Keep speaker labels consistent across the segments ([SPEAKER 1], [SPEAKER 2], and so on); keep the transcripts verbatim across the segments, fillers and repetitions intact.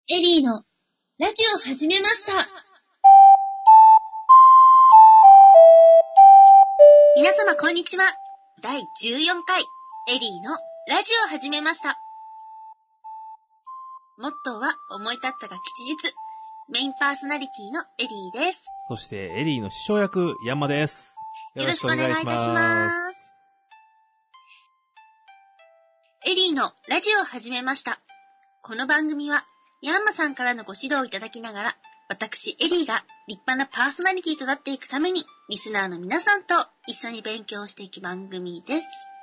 [SPEAKER 1] エリーのラジオ始めました。皆様こんにちは。だいじゅうよんかいエリーのラジオ始めました。モットーは思い立ったが吉日。メインパーソナリティのエリーです。
[SPEAKER 2] そしてエリーの師匠役ヤンマです。
[SPEAKER 1] よろしくお願いいたします。エリーのラジオ始めました。この番組はヤンマさんからのご指導をいただきながら、私エリーが立派なパーソナリティとなっていくために、リスナーの皆さんと一緒に勉強していく番組です。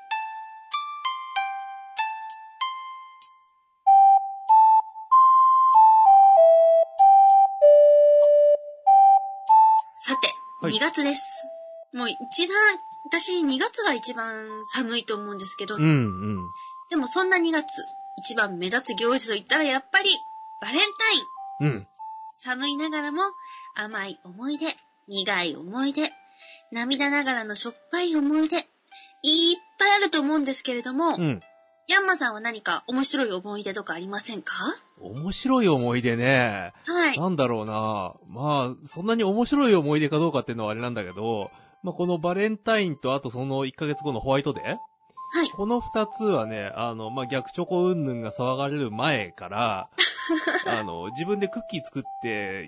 [SPEAKER 1] さて、はい、にがつです。もう一番、私にがつが一番寒いと思うんですけど、
[SPEAKER 2] うんうん、
[SPEAKER 1] でもそんなにがつ、一番目立つ行事といったらやっぱりバレンタイン。うん。寒いながらも甘い思い出、苦い思い出、涙ながらのしょっぱい思い出、いっぱいあると思うんですけれども、うん、ヤンマさんは何か面白い思い出とかありませんか？
[SPEAKER 2] 面白い思い出ね。はい。なんだろうな。まあ、そんなに面白い思い出かどうかっていうのはあれなんだけど、まあこのバレンタインとあとそのいっかげつごのホワイトデー？はい。この二つはね、あの、まあ、逆チョコ云々が騒がれる前から、あの、自分でクッキー作って、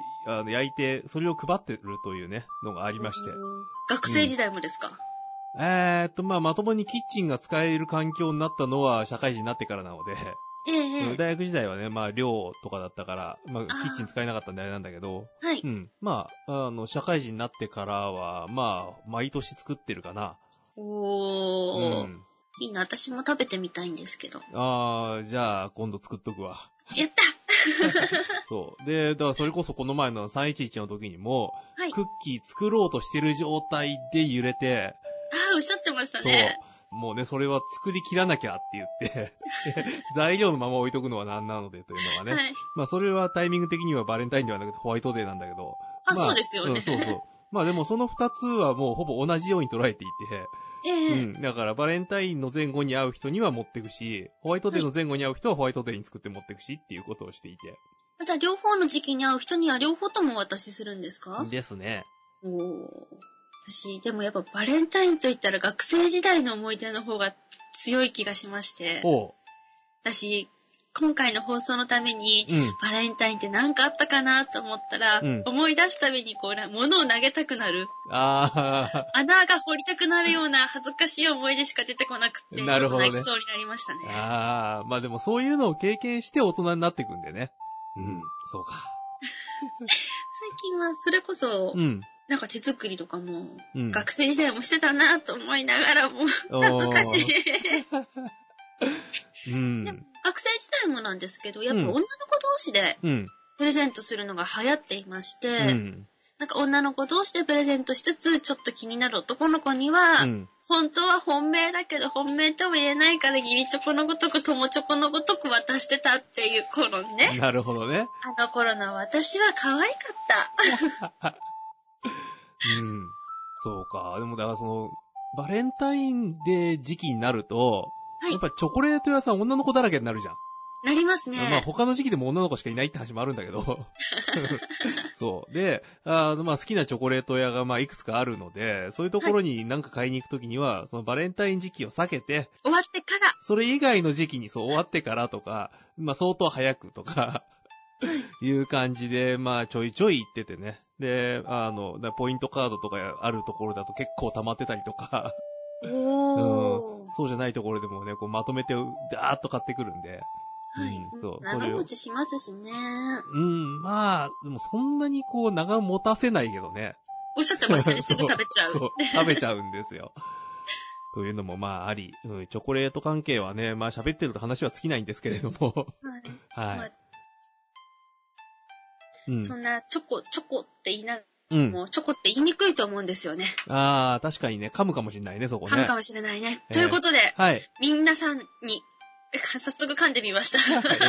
[SPEAKER 2] あの、焼いて、それを配ってるというね、のがありまして。
[SPEAKER 1] 学生時代もですか？
[SPEAKER 2] うん、えーっと、まあ、まともにキッチンが使える環境になったのは社会人になってからなので、ええ、大学時代はね、まあ、寮とかだったから、まあ、キッチン使えなかったんであれなんだけど、はい。うん。まあ、あの、社会人になってからは、まあ、毎年作ってるかな。
[SPEAKER 1] おー。うん。いいな、私も食べてみたいんですけど。
[SPEAKER 2] あー、じゃあ、今度作っとくわ。
[SPEAKER 1] やった
[SPEAKER 2] そう。で、だからそれこそこの前のさんいちいちの時にも、はい、クッキー作ろうとしてる状態で揺れて、
[SPEAKER 1] あー、おっしゃってましたね。
[SPEAKER 2] そう。もうね、それは作り切らなきゃって言って材料のまま置いとくのはなんなのでというのがね。はい、まあそれはタイミング的にはバレンタインではなくてホワイトデーなんだけど。
[SPEAKER 1] あ、
[SPEAKER 2] まあ、
[SPEAKER 1] そうですよね。
[SPEAKER 2] うん、そうそう。まあでもその二つはもうほぼ同じように捉えていて、ええ、うん。だからバレンタインの前後に会う人には持ってくし、ホワイトデーの前後に会う人はホワイトデーに作って持ってくしっていうことをしていて。
[SPEAKER 1] じゃあ両方の時期に会う人には両方ともお渡しするんですか？
[SPEAKER 2] ですね。
[SPEAKER 1] おー。私、でもやっぱバレンタインといったら学生時代の思い出の方が強い気がしまして。おう。私、今回の放送のために、うん、バレンタインって何かあったかなと思ったら、うん、思い出すたびにこう、物を投げたくなる。あ穴が掘りたくなるような恥ずかしい思い出しか出てこなくて、なるほどね、ちょっと泣きそうになりましたね。
[SPEAKER 2] ああ、まあでもそういうのを経験して大人になっていくんでね。うん、そうか。
[SPEAKER 1] 最近はそれこそ、うん、なんか手作りとかも、うん、学生時代もしてたなと思いながらも、懐かしい。うん、でも学生時代もなんですけど、やっぱ女の子同士でプレゼントするのが流行っていまして、うん、なんか女の子同士でプレゼントしつつ、ちょっと気になる男の子には、うん、本当は本命だけど本命とも言えないから義理チョコのごとく友チョコのごとく渡してたっていう頃ね。
[SPEAKER 2] なるほどね。
[SPEAKER 1] あの頃の私は可愛かった。
[SPEAKER 2] うん。そうか。でもだからその、バレンタインデー時期になると、はい、やっぱりチョコレート屋さん女の子だらけになるじゃん。
[SPEAKER 1] なりますね。
[SPEAKER 2] まあ他の時期でも女の子しかいないって話もあるんだけど。そう。で、あまあ好きなチョコレート屋がまあいくつかあるので、そういうところになんか買いに行くときには、はい、そのバレンタイン時期を避けて、
[SPEAKER 1] 終わってから。
[SPEAKER 2] それ以外の時期にそう終わってからとか、まあ相当早くとか、いう感じで、まあちょいちょい行っててね。で、あの、ポイントカードとかあるところだと結構溜まってたりとか。おー、うん。そうじゃないところでもね、こうまとめてダーッと買ってくるんで。
[SPEAKER 1] はい。うん、そう。長持ちしますしね。
[SPEAKER 2] うん、まあ、でもそんなにこう長持たせないけどね。
[SPEAKER 1] おっしゃってましたね。すぐ食べちゃう。
[SPEAKER 2] そう、食べちゃうんですよ。というのもまああり、うん、チョコレート関係はね、まあ喋ってると話は尽きないんですけれども。はい。はい。まあ
[SPEAKER 1] うん、そんなチョコ、チョコって言いながら、うん、もうチョコって言いにくいと思うんですよね。
[SPEAKER 2] ああ、確かにね、噛むかもしれないね、そこね。
[SPEAKER 1] 噛むかもしれないね。えー、ということで、はい、皆さんに、早速噛んでみました。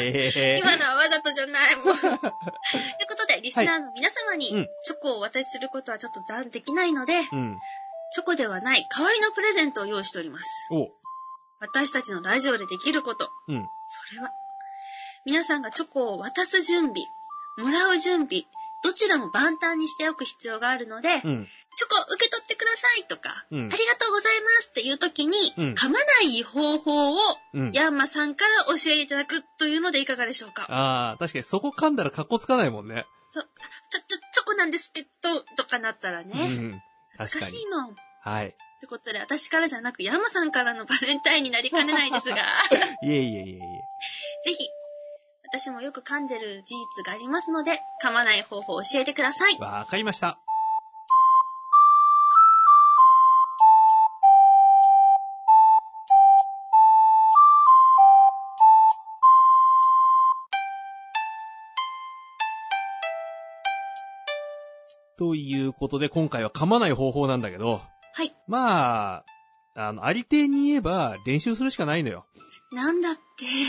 [SPEAKER 1] えー、今のはわざとじゃないもん。ということで、リスナーの皆様に、チョコをお渡しすることはちょっと断できないので、うん、チョコではない代わりのプレゼントを用意しております。お私たちのラジオでできること。うん、それは、 皆さんがチョコを渡す準備、もらう準備、どちらも万端にしておく必要があるので、うん、チョコ受け取ってくださいとか、うん、ありがとうございますっていう時に、うん、噛まない方法を、うん、ヤンマさんから教えていただくというのでいかがでしょうか。
[SPEAKER 2] ああ、確かにそこ噛んだらカッコつかないもんね。
[SPEAKER 1] そう、ちょ、ちょ、チョコなんですけど、とかなったらね。うん、恥ずかしいもん。
[SPEAKER 2] はい。
[SPEAKER 1] ってことで、私からじゃなく、ヤンマさんからのバレンタインになりかねないですが。い
[SPEAKER 2] えいえいえいえ。
[SPEAKER 1] ぜひ、私もよく噛んでる事実がありますので、噛まない方法を教えてください。
[SPEAKER 2] わかりました。ということで、今回は噛まない方法なんだけど。
[SPEAKER 1] はい。
[SPEAKER 2] まあ、あの、ありていに言えば練習するしかないのよ。
[SPEAKER 1] なんだって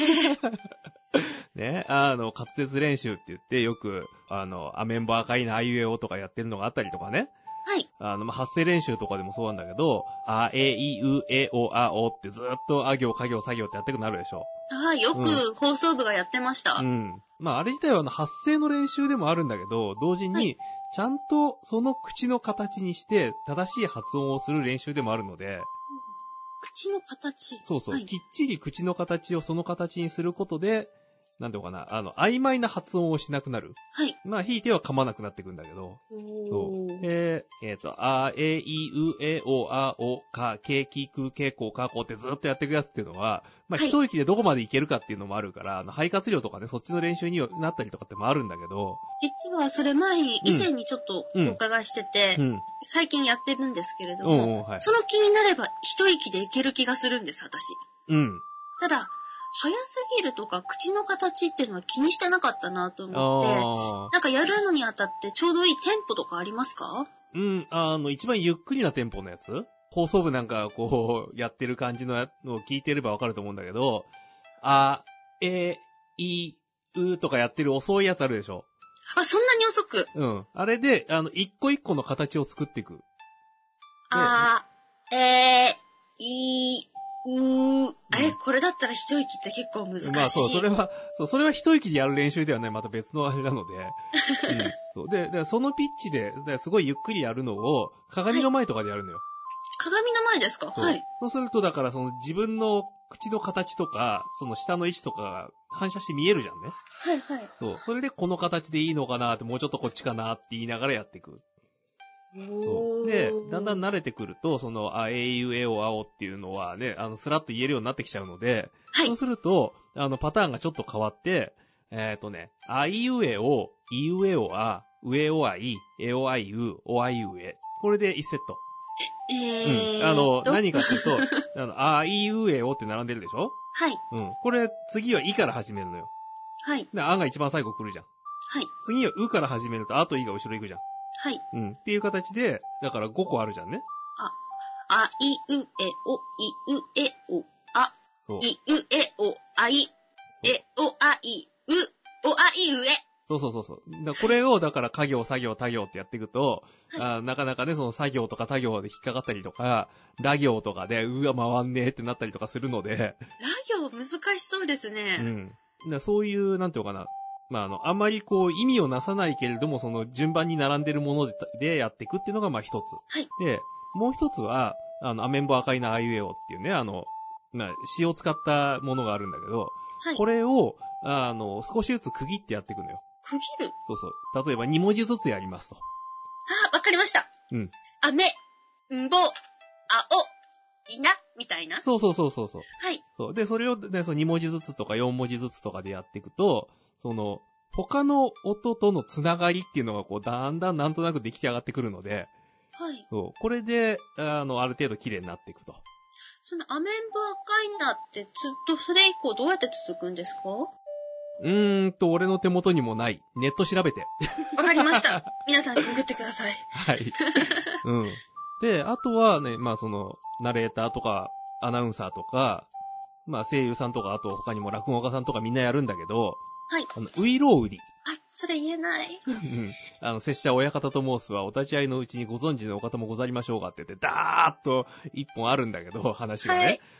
[SPEAKER 2] ね、あの、滑舌練習って言って、よく、あの、アメンボ赤いなあいうえおとかやってるのがあったりとかね。
[SPEAKER 1] はい。
[SPEAKER 2] あの、まあ、発声練習とかでもそうなんだけど、あ、え、い、う、え、お、あ、おってずっとあ行、か行、さ行ってやってくなるでしょ。
[SPEAKER 1] はい、よく放送部がやってました。
[SPEAKER 2] うん。うん、まあ、あれ自体はあの発声の練習でもあるんだけど、同時に、ちゃんとその口の形にして正しい発音をする練習でもあるので、
[SPEAKER 1] 口の形
[SPEAKER 2] そうそう、
[SPEAKER 1] はい、
[SPEAKER 2] きっちり口の形をその形にすることで、なんていうのかな、あの、曖昧な発音をしなくなる。
[SPEAKER 1] はい。
[SPEAKER 2] まあ、ひいては噛まなくなってくんだけど。そう。えー、えっ、ー、と、あ、え、い、う、え、お、あ、お、か、け、き、く、け、こ、か、こってずっとやっていくやつっていうのは、まあ、はい、一息でどこまでいけるかっていうのもあるから、あの、肺活量とかね、そっちの練習になったりとかってもあるんだけど。
[SPEAKER 1] 実はそれ前、以前にちょっとお伺いしてて、うんうん、最近やってるんですけれども、うんうんはい、その気になれば一息でいける気がするんです、私。
[SPEAKER 2] うん。
[SPEAKER 1] ただ、早すぎるとか口の形っていうのは気にしてなかったなと思って、なんかやるのにあたってちょうどいいテンポとかありますか？
[SPEAKER 2] うん、あの、一番ゆっくりなテンポのやつ？放送部なんかこう、やってる感じののを聞いてればわかると思うんだけど、あ、え、い、うとかやってる遅いやつあるでしょ？
[SPEAKER 1] あ、そんなに遅く？
[SPEAKER 2] うん。あれで、あの、一個一個の形を作っていく。
[SPEAKER 1] あ、え、い、うー、うん、え、これだったら一息って結構難しい。
[SPEAKER 2] まあそう、それは、そう、それは一息でやる練習ではない、また別のあれなので。うん、そうで、で、そのピッチで、ですごいゆっくりやるのを、鏡の前とかでやるのよ。はい、
[SPEAKER 1] 鏡の前ですか？はい。
[SPEAKER 2] そうすると、だからその自分の口の形とか、その下の位置とかが反射して見えるじゃんね。
[SPEAKER 1] はいはい。
[SPEAKER 2] そう。それでこの形でいいのかなって、もうちょっとこっちかなって言いながらやっていく。そう。で、だんだん慣れてくると、その、あ、えいう、えお、あおっていうのはね、あの、スラッと言えるようになってきちゃうので、はい、そうすると、あの、パターンがちょっと変わって、えっ、ー、とね、あいうえお、いうえおあ、うえおあい、えおあいう、おあいうえ。これでいちセット。
[SPEAKER 1] え、えー、
[SPEAKER 2] うん。あの、何かっていうと、あの、あいうえおって並んでるでしょ？
[SPEAKER 1] はい。
[SPEAKER 2] うん。これ、次はいから始めるのよ。
[SPEAKER 1] はい。
[SPEAKER 2] で、あが一番最後来るじゃん。
[SPEAKER 1] はい。
[SPEAKER 2] 次はうから始めると、あといが後ろ行くじゃん。
[SPEAKER 1] はい。
[SPEAKER 2] うん。っていう形で、だからごこあるじゃんね。
[SPEAKER 1] あ、あいうえお、いうえお、あ、いうえお、あい、えお、あい、う、お、あいうえ。
[SPEAKER 2] そうそうそうそう。だこれを、だから、家業、作業、他行ってやっていくと、はい、あなかなかね、その作業とか他行で引っかかったりとか、ラ行とかで、うわ、回んねえってなったりとかするので。ラ
[SPEAKER 1] 行難しそうですね。
[SPEAKER 2] うん。だそういう、なんていうのかな。まあ、あの、あんまりこう、意味をなさないけれども、その、順番に並んでるもので、でやっていくっていうのが、まあ、一つ。
[SPEAKER 1] はい。
[SPEAKER 2] で、もう一つは、あの、アメンボ赤いなあいうえおっていうね、あの、まあ、詩を使ったものがあるんだけど、はい。これを、あの、少しずつ区切ってやっていくのよ。
[SPEAKER 1] 区切る？
[SPEAKER 2] そうそう。例えば、二文字ずつやりますと。
[SPEAKER 1] あ、わかりました。
[SPEAKER 2] うん。
[SPEAKER 1] アメ、ンボ、あお、いな、みたいな。
[SPEAKER 2] そうそうそうそうそう。
[SPEAKER 1] はい。
[SPEAKER 2] そう。で、それをね、その二文字ずつとか四文字ずつとかでやっていくと、その、他の音とのつながりっていうのがこう、だんだんなんとなく出来上がってくるので、
[SPEAKER 1] はい。
[SPEAKER 2] そう。これで、あの、ある程度綺麗になっていくと。
[SPEAKER 1] そのアメンボ赤いなってずっとそれ以降どうやって続くんですか？
[SPEAKER 2] うーんと、俺の手元にもない。ネット調べて。
[SPEAKER 1] わかりました。皆さんググってください。
[SPEAKER 2] はい。うん。で、あとはね、まあその、ナレーターとか、アナウンサーとか、まあ声優さんとか、あと他にも落語家さんとかみんなやるんだけど、
[SPEAKER 1] はい。
[SPEAKER 2] あの、ウイロウリ。
[SPEAKER 1] あ、それ言えない。
[SPEAKER 2] うん。あの、拙者親方と申すは、お立ち会いのうちにご存知のお方もござりましょうかって言って、ダーッと一本あるんだけど、話がね。はい、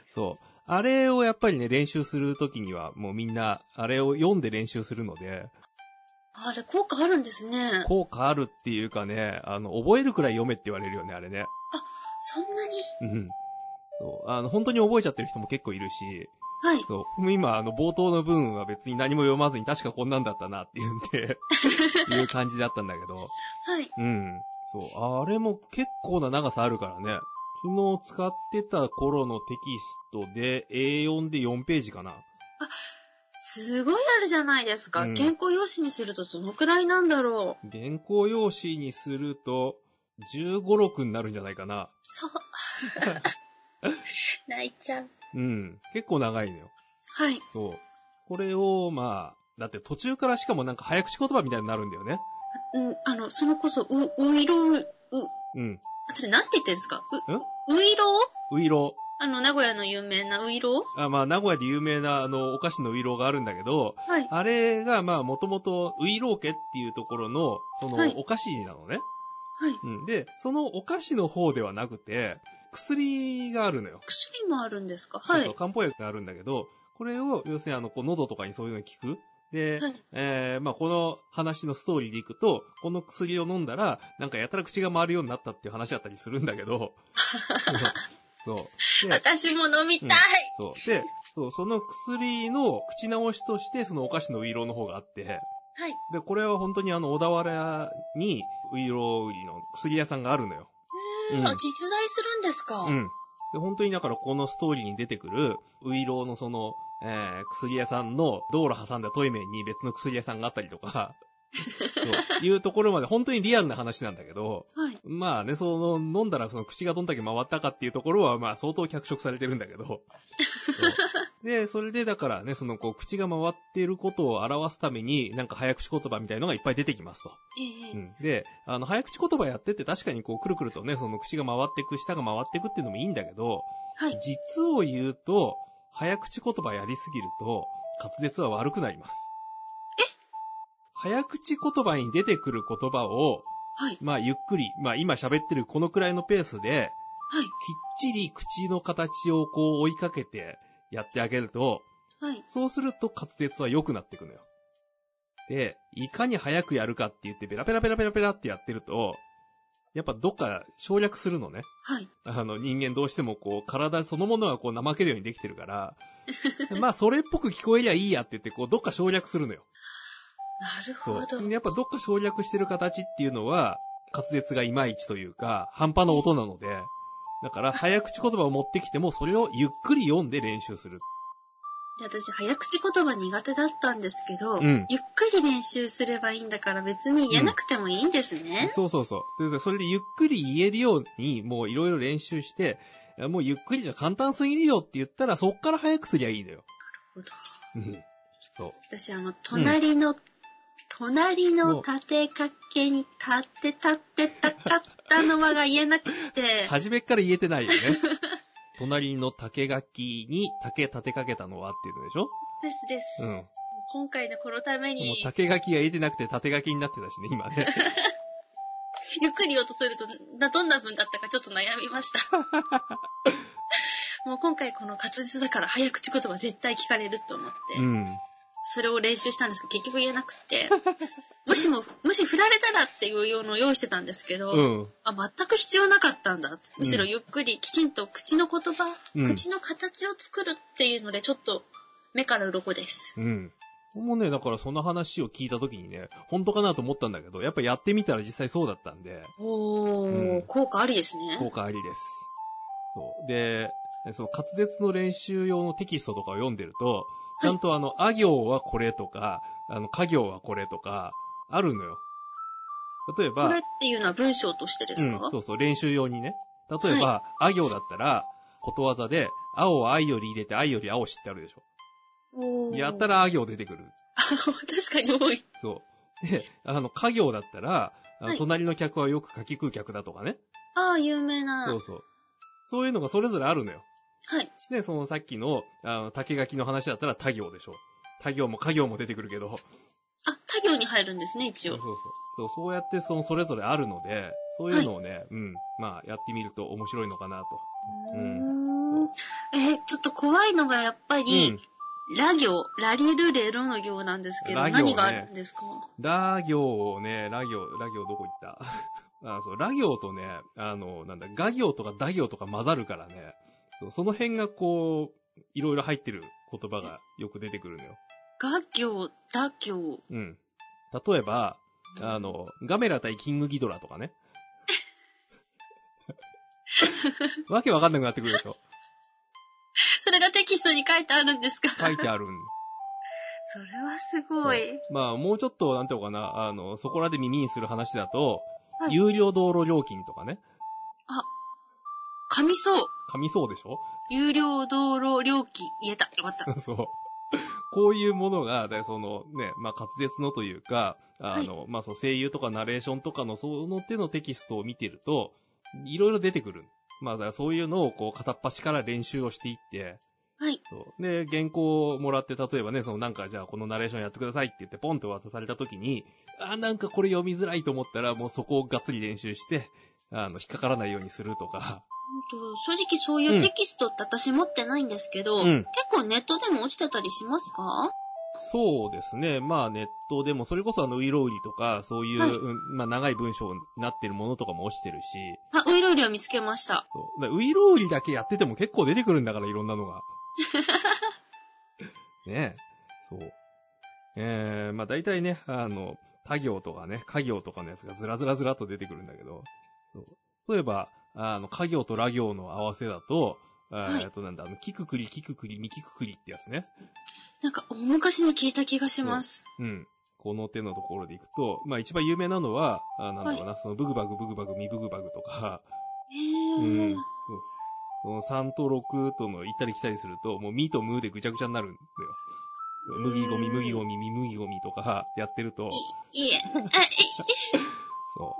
[SPEAKER 2] そう。あれをやっぱりね、練習するときには、もうみんな、あれを読んで練習するので。
[SPEAKER 1] あれ、効果あるんですね。
[SPEAKER 2] 効果あるっていうかね、あの、覚えるくらい読めって言われるよね、あれね。あ、
[SPEAKER 1] そんなに？
[SPEAKER 2] うん。そう。あの、本当に覚えちゃってる人も結構いるし。
[SPEAKER 1] はい。
[SPEAKER 2] そう。今、あの、冒頭の文は別に何も読まずに、確かこんなんだったなっていうんで、いう感じだったんだけど。
[SPEAKER 1] はい。
[SPEAKER 2] うん。そう。あれも結構な長さあるからね。昨日使ってた頃のテキストで エーよん でよんページかな。あ、
[SPEAKER 1] すごいあるじゃないですか。うん、原稿用紙にするとどのくらいなんだろ
[SPEAKER 2] う。原稿用紙にするとじゅうご、ろくになるんじゃないかな。
[SPEAKER 1] そう。泣いちゃう。
[SPEAKER 2] うん。結構長いのよ。
[SPEAKER 1] はい。
[SPEAKER 2] そう。これを、まあ、だって途中からしかもなんか早口言葉みたいになるんだよね。
[SPEAKER 1] うん、あの、そのこそ、う、ういろう、う、
[SPEAKER 2] うん。
[SPEAKER 1] それなんて言ってんですか？う、ういろ
[SPEAKER 2] うういろ
[SPEAKER 1] あの、名古屋の有名なういろ
[SPEAKER 2] あ、まあ、名古屋で有名な、あの、お菓子のういろがあるんだけど、はい。あれが、まあ、もともと、ういろう家っていうところの、その、はい、お菓子なのね。はい。うん。で、そのお菓子の方ではなくて、薬があるのよ。
[SPEAKER 1] 薬もあるんですか？はい。そうそう、
[SPEAKER 2] 漢方薬があるんだけど、これを、要するにあの、こう、喉とかにそういうの効く。で、はい、えー、まあ、この話のストーリーでいくと、この薬を飲んだら、なんかやたら口が回るようになったっていう話だったりするんだけど、そう。
[SPEAKER 1] 私も飲みたい、
[SPEAKER 2] うん、そう。で、そう、その薬の口直しとして、そのお菓子のういろうの方があって、はい。で、これは本当にあの、小田原に、ういろう売りの薬屋さんがあるのよ。
[SPEAKER 1] へー、うん、あ、実在するんですか？
[SPEAKER 2] うん。で、本当にだからこのストーリーに出てくる、ういろうのその、えー、薬屋さんの道路挟んだトイメンに別の薬屋さんがあったりとか、そういうところまで本当にリアルな話なんだけど、はい、まあね、その、飲んだらその口がどんだけ回ったかっていうところは、まあ相当脚色されてるんだけど、で、それでだからね、そのこう、口が回っていることを表すために、なんか早口言葉みたいのがいっぱい出てきますと。ええ、うん。で、あの、早口言葉やってって確かにこう、くるくるとね、その口が回っていく、舌が回っていくっていうのもいいんだけど、はい。実を言うと、早口言葉やりすぎると、滑舌は悪くなります。え？早口言葉に出てくる言葉を、はい。まあ、ゆっくり、まあ、今喋ってるこのくらいのペースで、はい。きっちり口の形をこう追いかけてやってあげると、はい。そうすると滑舌は良くなっていくのよ。で、いかに早くやるかって言ってペラペラペラペラペラってやってると、やっぱどっか省略するのね。はい。あの人間どうしてもこう体そのものがこう怠けるようにできてるから、まあそれっぽく聞こえりゃいいやって言ってこうどっか省略するのよ。
[SPEAKER 1] なるほど。
[SPEAKER 2] そう。やっぱどっか省略してる形っていうのは滑舌がいまいちというか半端な音なので、だから早口言葉を持ってきてもそれをゆっくり読んで練習する。
[SPEAKER 1] 私、早口言葉苦手だったんですけど、うん、ゆっくり練習すればいいんだから別に言えなくてもいいんですね。
[SPEAKER 2] うん、そうそうそう。それでゆっくり言えるように、もういろいろ練習して、もうゆっくりじゃ簡単すぎるよって言ったら、そっから早くすりゃいいのよ。
[SPEAKER 1] なる
[SPEAKER 2] ほど。うん。そう。
[SPEAKER 1] 私、あの、隣の、うん、隣の立てかけに立って立ってたかったのはが言えなくて。
[SPEAKER 2] 初めっから言えてないよね。隣の竹垣に竹立てかけたのはっていうのでしょ？
[SPEAKER 1] ですです。うん。今回のこのために。
[SPEAKER 2] もう竹垣が言えてなくて縦垣になってたしね、今ね。
[SPEAKER 1] ゆっくり言おうとすると、どんな文だったかちょっと悩みました。もう今回この滑舌だから早口言葉絶対聞かれると思って。うん。それを練習したんですけど、結局言えなくて。もしも、もし振られたらっていうのを用意してたんですけど、うん、あ、全く必要なかったんだ。むしろゆっくりきちんと口の言葉、うん、口の形を作るっていうので、ちょっと目から鱗です。
[SPEAKER 2] うん。もうね、だからその話を聞いたときにね、本当かなと思ったんだけど、やっぱやってみたら実際そうだったんで。
[SPEAKER 1] おー、うん、効果ありですね。
[SPEAKER 2] 効果ありです。そう。で、その滑舌の練習用のテキストとかを読んでると、ちゃんとあの、あ行はこれとか、あの、か行はこれとか、あるのよ。例えば。
[SPEAKER 1] これっていうのは文章としてですか？
[SPEAKER 2] うん、そうそう、練習用にね。例えば、はい、あ行だったら、ことわざで、青は愛より入れて愛より青しってあるでしょ。おー。やったらあ行出てくる。
[SPEAKER 1] 確かに多い。
[SPEAKER 2] そう。で、あの、か行だったら、あの隣の客はよく書き食う客だとかね。
[SPEAKER 1] ああ、有名な。
[SPEAKER 2] そうそう。そういうのがそれぞれあるのよ。
[SPEAKER 1] はい。
[SPEAKER 2] で、そのさっきの、あの、竹垣の話だったら他行でしょ。他行も家行も出てくるけど。
[SPEAKER 1] あ、他行に入るんですね、一応。
[SPEAKER 2] そうそうそう。そう、そうやってそのそれぞれあるので、そういうのをね、はい、うん、まあ、やってみると面白いのかなと。
[SPEAKER 1] うーん。えー、 ちょっと怖いのがやっぱり、うん、ラ行、ラリルレロの行なんですけど、ね、何があるんですか？
[SPEAKER 2] ラ行をね、ラ行、ラ行どこ行ったあそう、ラ行とね、あの、なんだ、ガ行とかダ行とか混ざるからね、その辺がこう、いろいろ入ってる言葉がよく出てくるのよ。
[SPEAKER 1] ガ行、ダ行。
[SPEAKER 2] うん。例えば、あの、ガメラ対キングギドラとかね。わけわかんなくなってくるでしょ。
[SPEAKER 1] それがテキストに書いてあるんですか？
[SPEAKER 2] 書いてあるん。
[SPEAKER 1] それはすごい。
[SPEAKER 2] まあ、もうちょっと、なんていうのかな、あの、そこらで耳にする話だと、はい、有料道路料金とかね。
[SPEAKER 1] あ、噛みそう。
[SPEAKER 2] 噛みそうでしょ？
[SPEAKER 1] 有料道路料金、言えた。よかった。
[SPEAKER 2] そう。こういうものが、そのね、まあ、滑舌のというか、あの、はい、まあ、そう、声優とかナレーションとかのその手のテキストを見てると、いろいろ出てくる。まあ、だからそういうのをこう片っ端から練習をしていって、
[SPEAKER 1] はい。
[SPEAKER 2] そうで、原稿をもらって、例えばね、そのなんか、じゃあこのナレーションやってくださいって言って、ポンと渡された時に、あーなんかこれ読みづらいと思ったら、もうそこをがっつり練習して、あの、引っかからないようにするとか。
[SPEAKER 1] 正直そういうテキストって私持ってないんですけど、うん、結構ネットでも落ちてたりしますか？
[SPEAKER 2] そうですね。まあネットでも、それこそあのウイロウリとか、そういう、はい、まあ長い文章になってるものとかも落ちてるし。
[SPEAKER 1] あ、ウイロウリは見つけました。
[SPEAKER 2] そう。ウイロウリだけやってても結構出てくるんだから、いろんなのが。ねえ。そう。えー、まあ大体ね、あの、他行とかね、家行とかのやつがずらずらずらっと出てくるんだけど、そう例えば、あの、家行とラ行の合わせだと、はい、えっとなんだ、あの、キククリ、キククリ、ミキククリってやつね。
[SPEAKER 1] なんか、大昔に聞いた気がします。
[SPEAKER 2] う, うん。この手のところでいくと、まあ一番有名なのは、あなんだろうな、はい、そのブグバグ、ブグバグ、ミブグバグとか、
[SPEAKER 1] へー。うん。
[SPEAKER 2] そのさんとろくとの行ったり来たりすると、もうミとムでぐちゃぐちゃになるんだよ。麦ゴミ、麦ゴミ、ミ麦ゴミとかやってると。
[SPEAKER 1] いえ。
[SPEAKER 2] そう。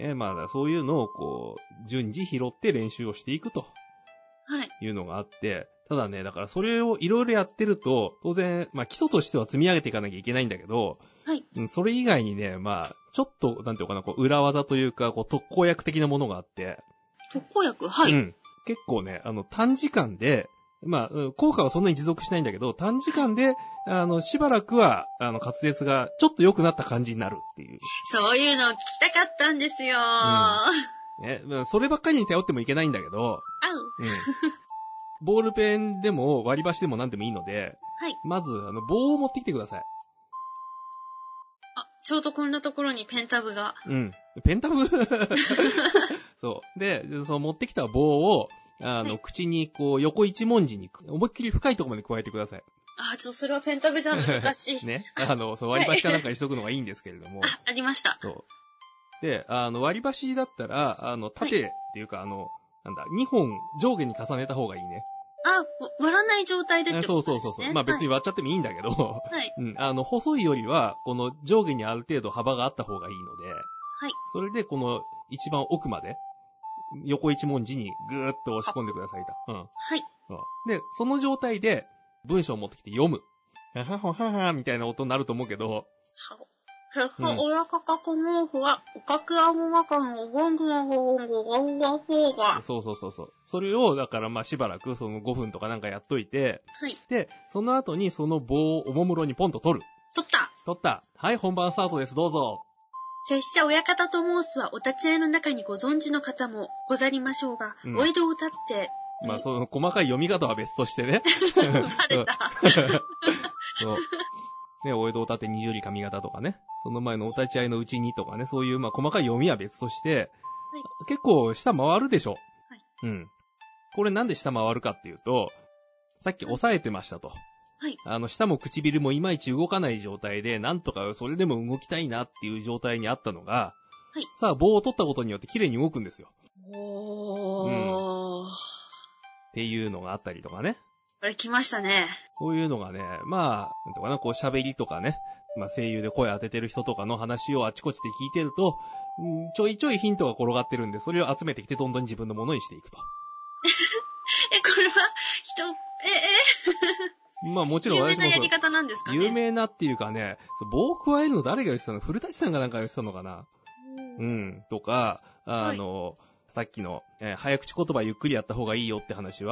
[SPEAKER 2] えー、まあ、そういうのをこう、順次拾って練習をしていくと。
[SPEAKER 1] はい。
[SPEAKER 2] いうのがあって、ただね、だからそれをいろいろやってると、当然、まあ基礎としては積み上げていかなきゃいけないんだけど、
[SPEAKER 1] はい。
[SPEAKER 2] それ以外にね、まあ、ちょっと、なんていうかな、こう、裏技というか、こう、特効薬的なものがあって。
[SPEAKER 1] 特効薬？はい。
[SPEAKER 2] うん。結構ね、あの、短時間で、まあ、効果はそんなに持続しないんだけど、短時間で、あの、しばらくは、あの、滑舌がちょっと良くなった感じになるっていう。
[SPEAKER 1] そういうのを聞きたかったんですよ。
[SPEAKER 2] うん。ね、そればっかりに頼ってもいけないんだけど、
[SPEAKER 1] あ
[SPEAKER 2] う。うん。ボールペンでも割り箸でも何でもいいので、
[SPEAKER 1] はい。
[SPEAKER 2] まず、あの、棒を持ってきてください。
[SPEAKER 1] あ、ちょうどこんなところにペンタブが。
[SPEAKER 2] うん。ペンタブそう。で、その持ってきた棒を、あの、はい、口にこう、横一文字に、思いっきり深いところまで加えてください。
[SPEAKER 1] あ、ちょっとそれはペンタブじゃ難しい。
[SPEAKER 2] ね。あの、そう、割り箸かなんかにしとくのがいいんですけれども。
[SPEAKER 1] あ、ありました。
[SPEAKER 2] そう。で、あの、割り箸だったら、あの、縦っていうか、はい、あの、なんだ、にほん上下に重ねた方がいいね。
[SPEAKER 1] あ、割らない状態でってことですね。
[SPEAKER 2] そうそうそうそう。まあ別に割っちゃってもいいんだけど、は
[SPEAKER 1] い。
[SPEAKER 2] うん。あの、細いよりは、この上下にある程度幅があった方がいいので、
[SPEAKER 1] はい。
[SPEAKER 2] それで、この一番奥まで、横一文字にぐーっと押し込んでくださいと。うん。
[SPEAKER 1] はい。
[SPEAKER 2] で、その状態で、文章を持ってきて読む。はははははみたいな音になると思うけど、は
[SPEAKER 1] ふふ、おやかかこ毛布は、おかくあごがかのおごんぐのごんごごんごほうが。
[SPEAKER 2] そうそうそうそう。それを、だからまあしばらくそのごふんとかなんかやっといて、
[SPEAKER 1] はい。
[SPEAKER 2] で、その後にその棒をおもむろにポンと取る。
[SPEAKER 1] 取った
[SPEAKER 2] 取った。はい、本番スタートです。どうぞ。
[SPEAKER 1] 拙者親方と申すはお立ち会いの中にご存知の方もござりましょうが、うん、お江戸を立って、
[SPEAKER 2] まあその細かい読み方は別としてね。
[SPEAKER 1] バレた。
[SPEAKER 2] そう。ね、お江戸を立って二十里上方とかね。その前のお立ち会いのうちにとかね、そういうまあ細かい読みは別として、はい、結構下回るでしょ。
[SPEAKER 1] はい。
[SPEAKER 2] うん。これなんで下回るかっていうと、さっき押さえてましたと。
[SPEAKER 1] はい。
[SPEAKER 2] あの、舌も唇もいまいち動かない状態で、なんとかそれでも動きたいなっていう状態にあったのが、
[SPEAKER 1] はい。
[SPEAKER 2] さあ棒を取ったことによって綺麗に動くんですよ。
[SPEAKER 1] おー。
[SPEAKER 2] うん。っていうのがあったりとかね。
[SPEAKER 1] これ来ましたね。
[SPEAKER 2] そういうのがね、まあ、なんとかな、こう喋りとかね、まあ声優で声当ててる人とかの話をあちこちで聞いてると、うん、ちょいちょいヒントが転がってるんで、それを集めてきてどんどん自分のものにしていくと。
[SPEAKER 1] え、これは、人、え、え、
[SPEAKER 2] まあもちろん
[SPEAKER 1] 有名なやり方なんですかね。
[SPEAKER 2] 有名なっていうかね、棒を加えるの誰が言ってたの？古舘さんがなんか言ってたのかな。うん、うん、とか、あの、はい、さっきの、えー、早口言葉ゆっくりやった方がいいよって話は、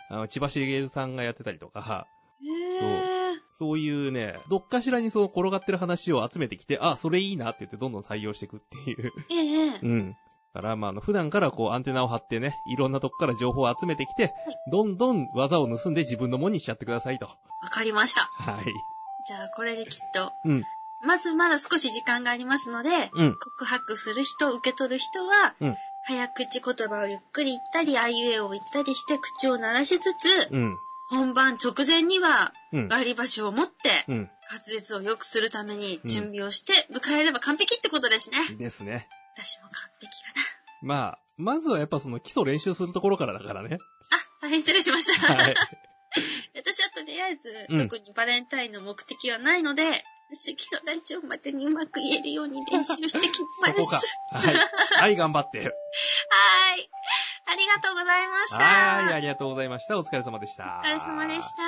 [SPEAKER 2] あの、千葉茂さんがやってたりとか、
[SPEAKER 1] へー。
[SPEAKER 2] そういうね、どっかしらにその転がってる話を集めてきて、あ、それいいなって言ってどんどん採用していくっていう。
[SPEAKER 1] ええ。
[SPEAKER 2] うん。だから、まあ、あの、普段からこうアンテナを張ってね、いろんなとこから情報を集めてきて、はい、どんどん技を盗んで自分のものにしちゃってくださいと。
[SPEAKER 1] わかりました。
[SPEAKER 2] はい。
[SPEAKER 1] じゃあ、これできっと。
[SPEAKER 2] うん。
[SPEAKER 1] まずまだ少し時間がありますので、うん、告白する人、受け取る人は、うん、早口言葉をゆっくり言ったり、あいうえを言ったりして口を鳴らしつつ、うん、本番直前には割り箸を持って、うん、滑舌を良くするために準備をして迎えれば完璧ってことですね。
[SPEAKER 2] ですね。
[SPEAKER 1] 私も完璧かな。
[SPEAKER 2] まあ、まずはやっぱその基礎練習するところからだからね。
[SPEAKER 1] あ、大変失礼しました。はい。私はとりあえず、うん、特にバレンタインの目的はないので、次のラジオまでにうまく言えるように練習してきます。
[SPEAKER 2] そこか。はい。はい、頑張って。はい。
[SPEAKER 1] ありがとうございました。
[SPEAKER 2] はい、ありがとうございました。お疲れ様でした。
[SPEAKER 1] お疲れ様でした。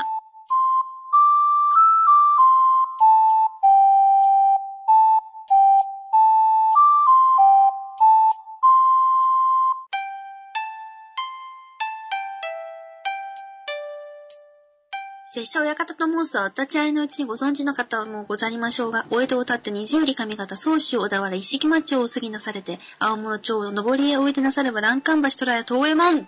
[SPEAKER 1] 拙者親方と申すは、お立ち会いのうちにご存知の方はもうござりましょうが、お江戸を立って二十里上方、宗州小田原、一色町をお過ぎなされて、青物町を上りへおいでなされば、欄干橋虎屋東右衛門。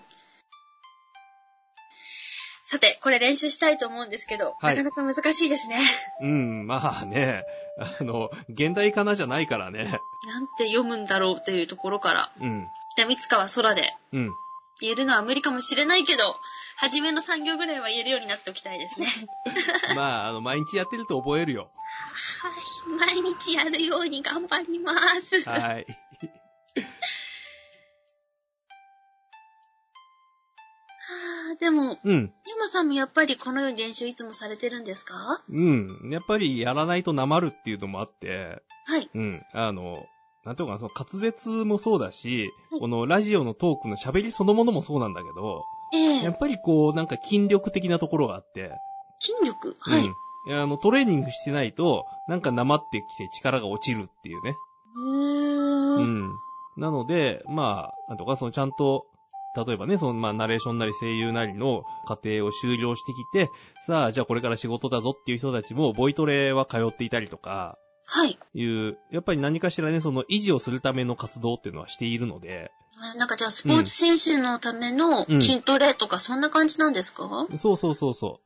[SPEAKER 1] さて、これ練習したいと思うんですけど、はい、なかなか難しいですね。
[SPEAKER 2] うん、まあね、あの、現代仮名じゃないからね。
[SPEAKER 1] なんて読むんだろうというところから、うん。北三川空で、うん。言えるのは無理かもしれないけど、初めのさん行ぐらいは言えるようになっておきたいですね。
[SPEAKER 2] まあ、あの、毎日やってると覚えるよ。
[SPEAKER 1] はい、毎日やるように頑張ります。
[SPEAKER 2] はい。
[SPEAKER 1] はあ、でも、うん。ヤマさんもやっぱりこのように練習いつもされてるんですか？
[SPEAKER 2] うん。やっぱりやらないとなまるっていうのもあって、
[SPEAKER 1] はい。
[SPEAKER 2] うん。あの、なんていうかな、その滑舌もそうだし、はい、このラジオのトークの喋りそのものもそうなんだけど、えー、やっぱりこう、なんか筋力的なところがあって。
[SPEAKER 1] 筋力？はい。
[SPEAKER 2] うん。いや、あの、トレーニングしてないと、なんかなまってきて力が落ちるっていうね。
[SPEAKER 1] へー。
[SPEAKER 2] うん。なので、まあ、なんとかそのちゃんと、例えばね、その、まあ、ナレーションなり声優なりの過程を修了してきて、さあ、じゃあこれから仕事だぞっていう人たちも、ボイトレは通っていたりとか、
[SPEAKER 1] はい。
[SPEAKER 2] いう、やっぱり何かしらね、その維持をするための活動っていうのはしているので。
[SPEAKER 1] なんかじゃあスポーツ選手のための筋トレとかそんな感じなんですか？
[SPEAKER 2] うん、そうそうそうそう。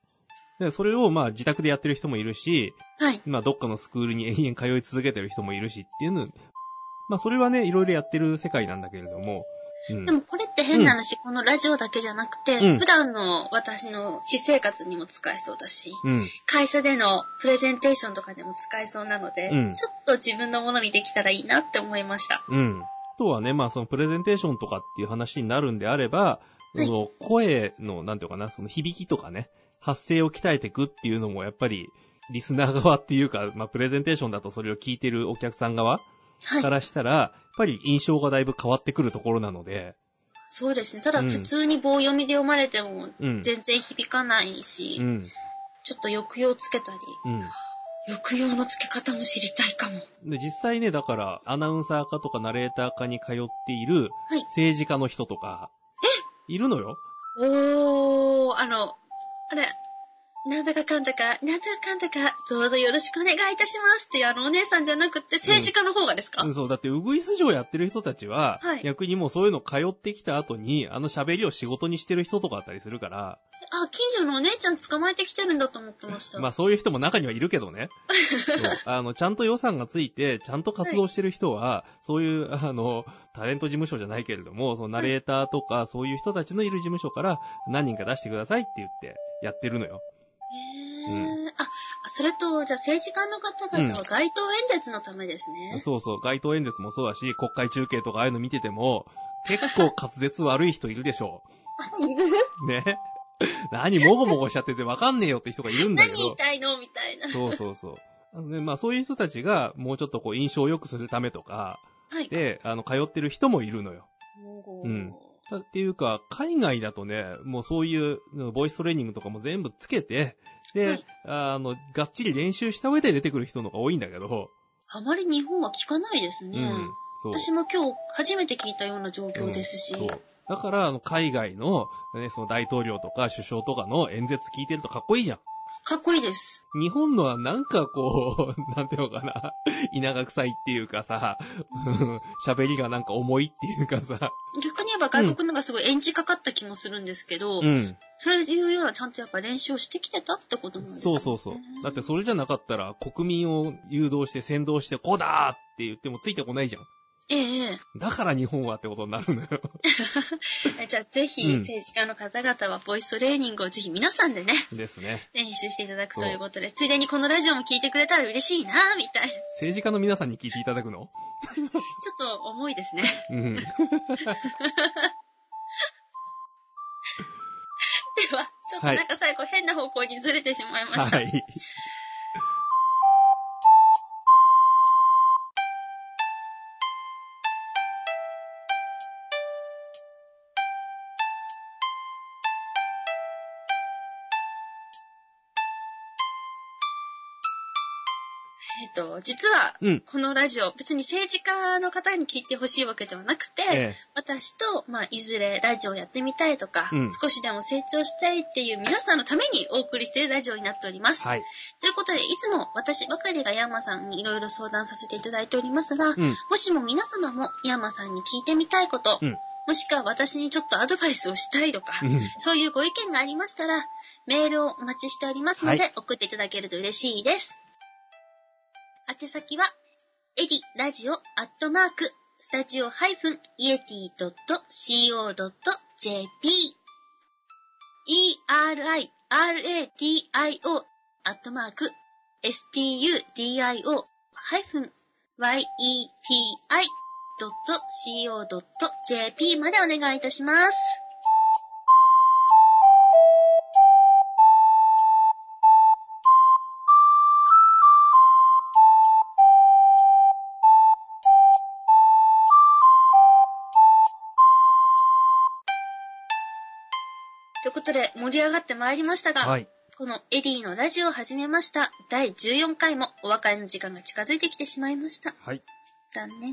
[SPEAKER 2] で、それをまあ自宅でやってる人もいるし、はい。まあどっかのスクールに延々通い続けてる人もいるしっていうの、まあそれはね、いろいろやってる世界なんだけれども。
[SPEAKER 1] うん、でもこれって変な話、うん、このラジオだけじゃなくて、うん、普段の私の私生活にも使えそうだし、うん、会社でのプレゼンテーションとかでも使えそうなので、うん、ちょっと自分のものにできたらいいなって思いました。
[SPEAKER 2] うん。あとはね、まあそのプレゼンテーションとかっていう話になるんであれば、はい、その声の、なんていうかな、その響きとかね、発声を鍛えていくっていうのもやっぱり、リスナー側っていうか、まあプレゼンテーションだとそれを聞いてるお客さん側からしたら、はい、やっぱり印象がだいぶ変わってくるところなので、
[SPEAKER 1] そうですね。ただ普通に棒読みで読まれても全然響かないし、うん、ちょっと抑揚つけたり、うん、抑揚のつけ方も知りたいかも。
[SPEAKER 2] で、実際ね、だからアナウンサー科とかナレーター科に通っている政治家の人とか、はい、いるのよ。
[SPEAKER 1] おー、あの、あれ、なんだかかんだか、なんだかかんだか、どうぞよろしくお願いいたしますっていうあのお姉さんじゃなくって政治家の方がですか？
[SPEAKER 2] うん、そう、だってウグイス嬢やってる人たちは、はい、逆にもうそういうの通ってきた後に、あの喋りを仕事にしてる人とかあったりするから。
[SPEAKER 1] あ、近所のお姉ちゃん捕まえてきてるんだと思ってました。
[SPEAKER 2] まあそういう人も中にはいるけどね。そうあの、ちゃんと予算がついて、ちゃんと活動してる人は、はい、そういう、あの、タレント事務所じゃないけれども、そのナレーターとか、はい、そういう人たちのいる事務所から何人か出してくださいって言ってやってるのよ。
[SPEAKER 1] へー、うん、あ、それと、じゃあ政治家の方々は街頭演説のためですね、
[SPEAKER 2] うん。そうそう、街頭演説もそうだし、国会中継とかああいうの見てても、結構滑舌悪い人いるでしょ
[SPEAKER 1] う。いる
[SPEAKER 2] ね。何もごもごしちゃっててわかんねえよって人がいるんだけど。
[SPEAKER 1] 何言いたいのみたいな。
[SPEAKER 2] そうそうそう。で、まあそういう人たちがもうちょっとこう印象を良くするためとか、はい、で、あの、通ってる人もいるのよ。うん。っていうか、海外だとね、もうそういう、ボイストレーニングとかも全部つけて、で、はい、あの、がっちり練習した上で出てくる人の方が多いんだけど。
[SPEAKER 1] あまり日本は聞かないですね。うん。 私も今日初めて聞いたような状況ですし。うん、そう。
[SPEAKER 2] だから、あの、海外の、ね、その大統領とか首相とかの演説聞いてるとかっこいいじゃん。
[SPEAKER 1] かっこいいです。
[SPEAKER 2] 日本のはなんかこう、なんていうのかな、稲が臭いっていうかさ、喋りがなんか重いっていうかさ。
[SPEAKER 1] 逆に言えば外国のがすごいエンジかかった気もするんですけど、うん、それで言うようなちゃんとやっぱ練習をしてきてたってことなんですね。
[SPEAKER 2] そうそうそう。だってそれじゃなかったら国民を誘導して先導してこうだーって言ってもついてこないじゃん。
[SPEAKER 1] ええ。
[SPEAKER 2] だから日本はってことになるのよ。
[SPEAKER 1] じゃあぜひ政治家の方々はボイストレーニングをぜひ皆さんでね。
[SPEAKER 2] ですね。
[SPEAKER 1] 練習していただくということで、ついでにこのラジオも聞いてくれたら嬉しいなみたいな。
[SPEAKER 2] 政治家の皆さんに聞いていただくの
[SPEAKER 1] ちょっと重いですね。うん。では、ちょっとなんか最後変な方向にずれてしまいました。はい。えっと、実は、このラジオ、うん、別に政治家の方に聞いてほしいわけではなくて、ええ、私と、まあ、いずれラジオやってみたいとか、うん、少しでも成長したいっていう皆さんのためにお送りしているラジオになっております。はい。ということで、いつも私ばかりがヤンマさんにいろいろ相談させていただいておりますが、うん、もしも皆様もヤンマさんに聞いてみたいこと、うん、もしくは私にちょっとアドバイスをしたいとか、うん、そういうご意見がありましたら、メールをお待ちしておりますので、はい、送っていただけると嬉しいです。宛先は、エリラジオアットマーク、スタジオハイフンイエティドットシーオードットジェーピー、E-R-I-R-A-D-I-O アットマーク、エスティーユーディーアイオー ハイフン ワイイーティーアイ ドットシーオードットジェーピー までお願いいたします。ということで盛り上がってまいりましたが、はい、このエリーのラジオを始めましただいじゅうよんかいもお別れの時間が近づいてきてしまいました。はい。残念。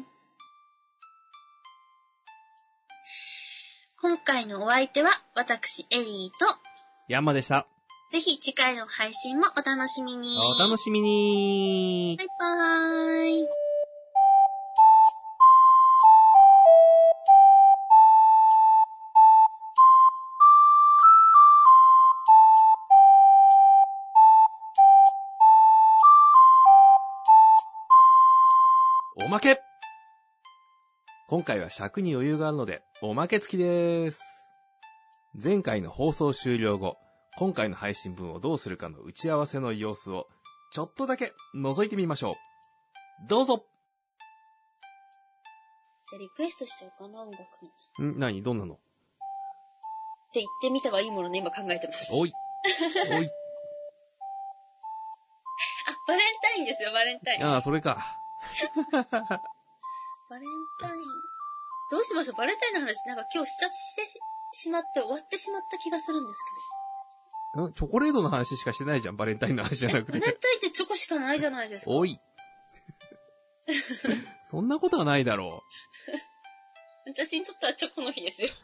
[SPEAKER 1] 今回のお相手は私エリーと
[SPEAKER 2] ヤンマでした。
[SPEAKER 1] ぜひ次回の配信もお楽しみに。
[SPEAKER 2] お楽しみに。
[SPEAKER 1] バイバーイ。
[SPEAKER 2] おまけ。今回は尺に余裕があるのでおまけ付きです。前回の放送終了後、今回の配信分をどうするかの打ち合わせの様子をちょっとだけ覗いてみましょう。どうぞ。
[SPEAKER 1] じゃあリクエストしちゃおうかな、音楽
[SPEAKER 2] の。ん、何どんなの
[SPEAKER 1] って言ってみたはいいものね、今考えてます。
[SPEAKER 2] おい。おい。あ、
[SPEAKER 1] バレンタインですよ、バレンタイン。
[SPEAKER 2] ああ、それか。
[SPEAKER 1] バレンタイン。どうしましょう、バレンタインの話、なんか今日視察してしまって終わってしまった気がするんです
[SPEAKER 2] けど。チョコレートの話しかしてないじゃん、バレンタインの話じゃなくて。
[SPEAKER 1] バレンタインってチョコしかないじゃないですか。
[SPEAKER 2] おい。そんなことはないだろ
[SPEAKER 1] う。私にとってはチョコの日ですよ。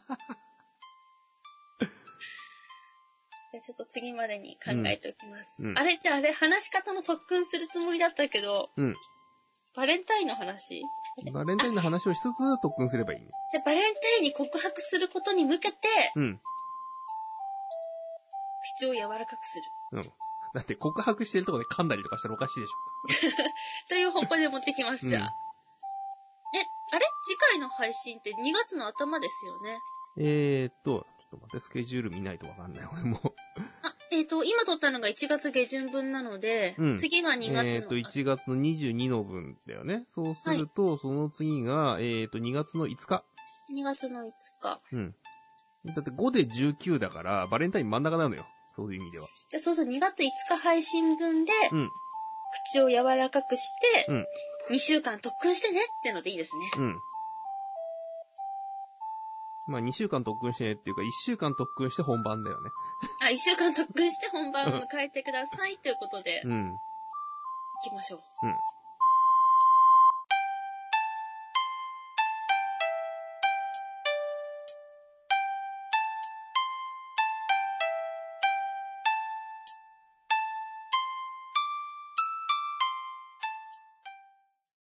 [SPEAKER 1] じゃあちょっと次までに考えておきます。うんうん、あれじゃああれ話し方の特訓するつもりだったけど、うん、バレンタインの話
[SPEAKER 2] バレンタインの話をしつつ特訓すればいいね。
[SPEAKER 1] じゃあバレンタインに告白することに向けて、うん、口を柔らかくする。うん。
[SPEAKER 2] だって告白してるとこで噛んだりとかしたらおかしいでしょ。
[SPEAKER 1] という方向で持ってきます、じゃあ。うん、え、あれ次回の配信ってにがつの頭ですよね。
[SPEAKER 2] えーっと、ちょっと待って、スケジュール見ないとわかんない、俺も。
[SPEAKER 1] あ、えーっと、今撮ったのがいちがつ下旬分なので、うん、次がにがつの。
[SPEAKER 2] えーっと、いちがつのにじゅうにの分だよね。そうすると、はい、その次が、えーっと、にがつのいつか。
[SPEAKER 1] にがつのいつか。
[SPEAKER 2] うん。だってごでじゅうきゅうだから、バレンタイン真ん中なのよ。そういう意味では。
[SPEAKER 1] じゃあそうそう、にがついつか配信分で、うん、口を柔らかくして、うん、にしゅうかん特訓してねってのでいいですね。うん。
[SPEAKER 2] まあにしゅうかん特訓してねっていうか、いっしゅうかん特訓して本番だよね。
[SPEAKER 1] あ、いっしゅうかん特訓して本番を迎えてくださいということで、うん。行きましょう。うん。